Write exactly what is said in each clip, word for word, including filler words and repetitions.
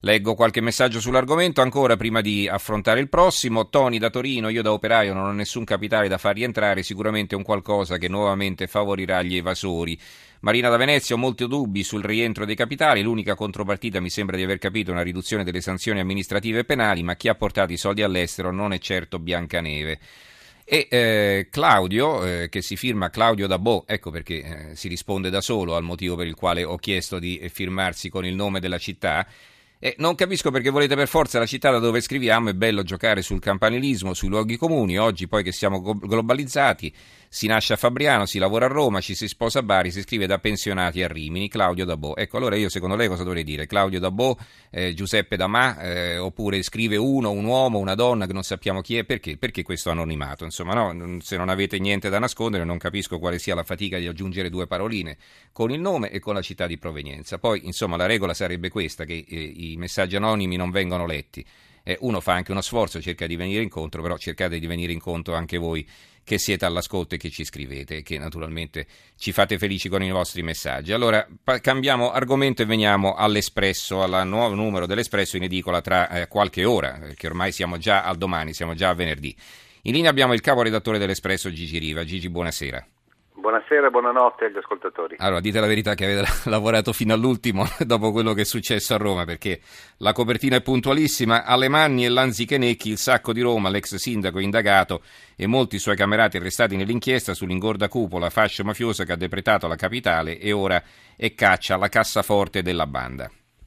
Leggo qualche messaggio sull'argomento ancora prima di affrontare il prossimo. Tony da Torino: io da operaio non ho nessun capitale da far rientrare, sicuramente è un qualcosa che nuovamente favorirà gli evasori. Marina da Venezia: ho molti dubbi sul rientro dei capitali, l'unica contropartita mi sembra di aver capito una riduzione delle sanzioni amministrative e penali, ma chi ha portato i soldi all'estero non è certo Biancaneve. E eh, Claudio, eh, che si firma Claudio Dabò, ecco perché eh, si risponde da solo al motivo per il quale ho chiesto di firmarsi con il nome della città. Eh, non capisco perché volete per forza la città da dove scriviamo, è bello giocare sul campanilismo, sui luoghi comuni, oggi poi che siamo globalizzati, si nasce a Fabriano, si lavora a Roma, ci si sposa a Bari, si scrive da pensionati a Rimini, Claudio Dabò. Ecco, allora io secondo lei cosa dovrei dire? Claudio Dabò, eh, Giuseppe Damà, eh, oppure scrive uno, un uomo, una donna che non sappiamo chi è, perché? Perché questo anonimato? Insomma, no, se non avete niente da nascondere non capisco quale sia la fatica di aggiungere due paroline con il nome e con la città di provenienza. Poi, insomma, la regola sarebbe questa, che eh, i messaggi anonimi non vengono letti. Eh, uno fa anche uno sforzo, cerca di venire incontro, però cercate di venire incontro anche voi che siete all'ascolto e che ci scrivete e che naturalmente ci fate felici con i vostri messaggi. Allora pa- cambiamo argomento e veniamo all'Espresso, al nuovo numero dell'Espresso in edicola tra eh, qualche ora, perché ormai siamo già al domani, siamo già a venerdì. In linea abbiamo il caporedattore dell'Espresso, Gigi Riva. Gigi, buonasera. Buonasera e buonanotte agli ascoltatori. Allora, dite la verità che avete lavorato fino all'ultimo dopo quello che è successo a Roma, perché la copertina è puntualissima. Alemanni e Lanzichenecchi, il sacco di Roma, l'ex sindaco indagato e molti suoi camerati arrestati nell'inchiesta sull'ingorda cupola fascio mafiosa che ha depretato la capitale e ora è caccia alla cassaforte della banda.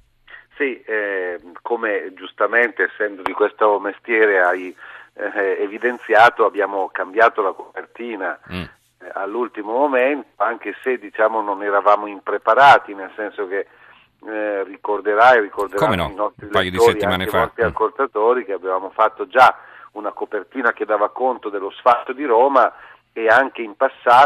Sì, eh, come giustamente, essendo di questo mestiere, hai eh, evidenziato, abbiamo cambiato la copertina mm. all'ultimo momento, anche se diciamo non eravamo impreparati, nel senso che eh, ricorderai, ricorderanno no? i nostri un paio lettori, di settimane anche fa. i nostri ascoltatori, che avevamo fatto già una copertina che dava conto dello sfatto di Roma e anche in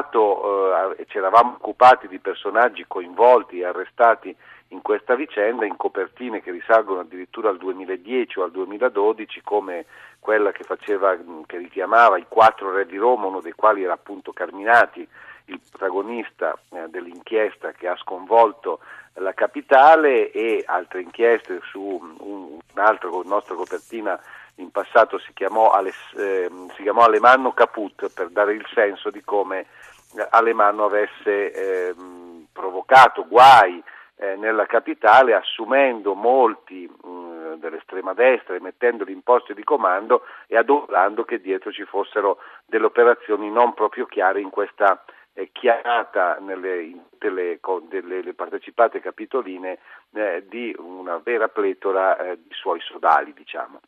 passato eh, ci eravamo occupati di personaggi coinvolti e arrestati in questa vicenda, in copertine che risalgono addirittura al duemiladieci o al duemiladodici, come quella che faceva, che richiamava i quattro re di Roma, uno dei quali era appunto Carminati, il protagonista eh, dell'inchiesta che ha sconvolto la capitale, e altre inchieste su un, un'altra nostra copertina in passato si chiamò, Ale, eh, si chiamò Alemanno Caput, per dare il senso di come Alemanno avesse eh, provocato guai eh, nella capitale, assumendo molti mh, dell'estrema destra e mettendoli in posti di comando e adoperando che dietro ci fossero delle operazioni non proprio chiare in questa eh, chiarata nelle, in delle, delle, delle partecipate capitoline eh, di una vera pletora eh, di suoi sodali, diciamo.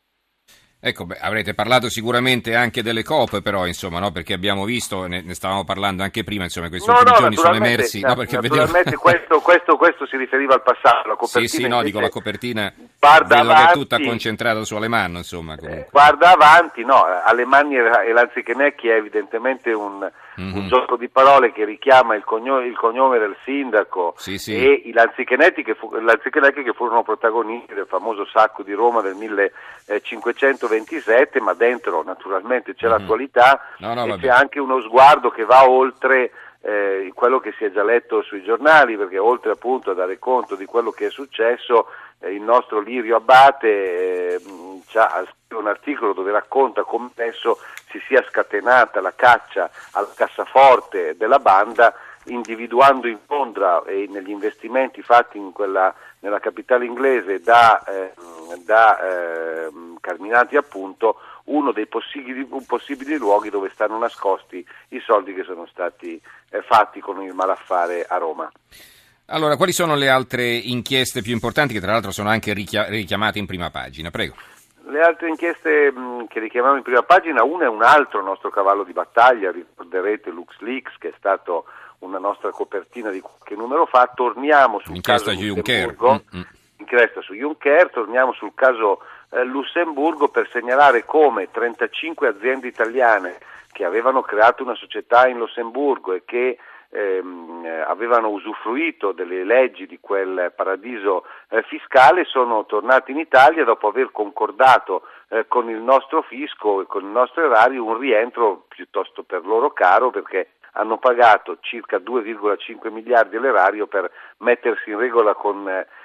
Ecco, beh, avrete parlato sicuramente anche delle coop, però, insomma, no? Perché abbiamo visto, ne, ne stavamo parlando anche prima, insomma, questi no, ultimi no, giorni sono emersi. No, no, perché naturalmente vedevo... questo, questo, questo si riferiva al passato, la copertina. Sì, sì, no, dico la copertina, guarda vedo avanti, che è tutta concentrata su Alemanno, insomma. Comunque. Guarda avanti, no, Alemanni e Lanzichenecchi è evidentemente un, mm-hmm. un gioco di parole che richiama il cognome, il cognome del sindaco, sì, sì. e i Lanzichenecchi che, fu, Lanzichenecchi che furono protagonisti del famoso sacco di Roma del millecinquecentoventisette, ma dentro naturalmente c'è mm-hmm. l'attualità no, no, e vabbè. c'è anche uno sguardo che va oltre eh, quello che si è già letto sui giornali, perché oltre appunto a dare conto di quello che è successo, eh, il nostro Lirio Abbate eh, c'ha un articolo dove racconta come adesso si sia scatenata la caccia alla cassaforte della banda, individuando in Londra e negli investimenti fatti in quella, nella capitale inglese da, eh, da eh, Carminati appunto, uno dei possibili, possibili luoghi dove stanno nascosti i soldi che sono stati eh, fatti con il malaffare a Roma. Allora, quali sono le altre inchieste più importanti che tra l'altro sono anche richiamate in prima pagina? Prego. Le altre inchieste mh, che richiamiamo in prima pagina, una è un altro nostro cavallo di battaglia, ricorderete LuxLeaks, che è stato una nostra copertina di qualche numero fa. Torniamo sul Inchiesta caso Lussemburgo, mm-hmm. inchiesta su Juncker, torniamo sul caso eh, Lussemburgo per segnalare come trentacinque aziende italiane che avevano creato una società in Lussemburgo e che ehm, avevano usufruito delle leggi di quel paradiso eh, fiscale sono tornati in Italia dopo aver concordato eh, con il nostro fisco e con il nostro erario un rientro piuttosto per loro caro, perché hanno pagato circa due virgola cinque miliardi all'erario per mettersi in regola con eh,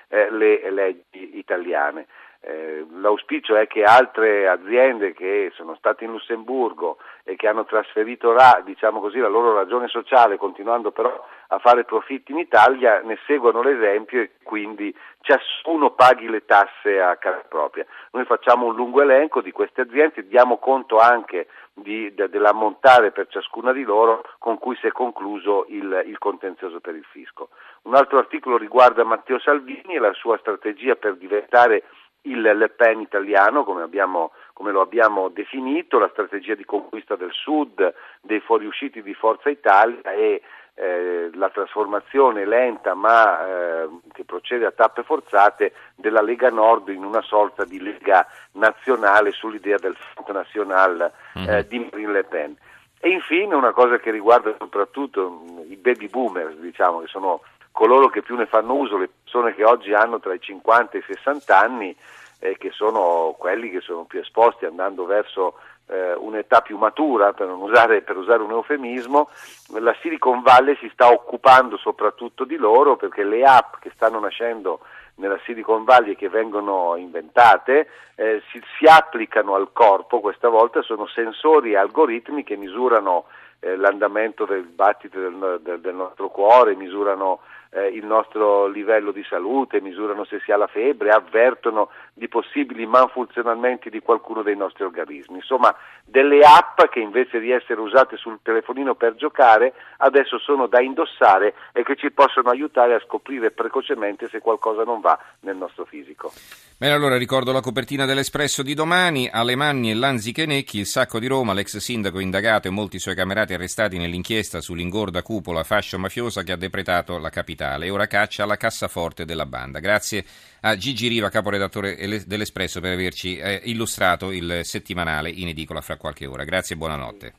eh, le leggi italiane. Eh, l'auspicio è che altre aziende che sono state in Lussemburgo e che hanno trasferito ra, diciamo così, la loro ragione sociale, continuando però a fare profitti in Italia, ne seguano l'esempio e quindi ciascuno paghi le tasse a casa propria. Noi facciamo un lungo elenco di queste aziende, diamo conto anche di, de, dell'ammontare per ciascuna di loro con cui si è concluso il, il contenzioso per il fisco. Un altro articolo riguarda Matteo Salvini e la sua strategia per diventare il Le Pen italiano, come, abbiamo, come lo abbiamo definito, la strategia di conquista del Sud, dei fuoriusciti di Forza Italia e eh, la trasformazione lenta ma eh, che procede a tappe forzate della Lega Nord in una sorta di Lega nazionale sull'idea del Front National eh, di Marine Le Pen. E infine una cosa che riguarda soprattutto i baby boomers, diciamo, che sono coloro che più ne fanno uso, le persone che oggi hanno tra i cinquanta e i sessanta anni, eh, che sono quelli che sono più esposti andando verso eh, un'età più matura, per non usare, per usare un eufemismo. La Silicon Valley si sta occupando soprattutto di loro, perché le app che stanno nascendo nella Silicon Valley e che vengono inventate eh, si, si applicano al corpo, questa volta sono sensori e algoritmi che misurano eh, l'andamento del battito del, del, del nostro cuore, misurano eh, il nostro livello di salute, misurano se si ha la febbre, avvertono di possibili malfunzionamenti di qualcuno dei nostri organismi. Insomma, delle app che invece di essere usate sul telefonino per giocare, adesso sono da indossare e che ci possono aiutare a scoprire precocemente se qualcosa non va nel nostro fisico. Bene, allora ricordo la copertina dell'Espresso di domani: Alemanni e Lanzichenecchi, il sacco di Roma, l'ex sindaco indagato e molti suoi camerati arrestati nell'inchiesta sull'ingorda cupola fascio mafiosa che ha depretato la capitale e ora caccia alla cassaforte della banda. Grazie a Gigi Riva, caporedattore dell'Espresso, per averci eh, illustrato il settimanale in edicola fra qualche ora. Grazie e buonanotte.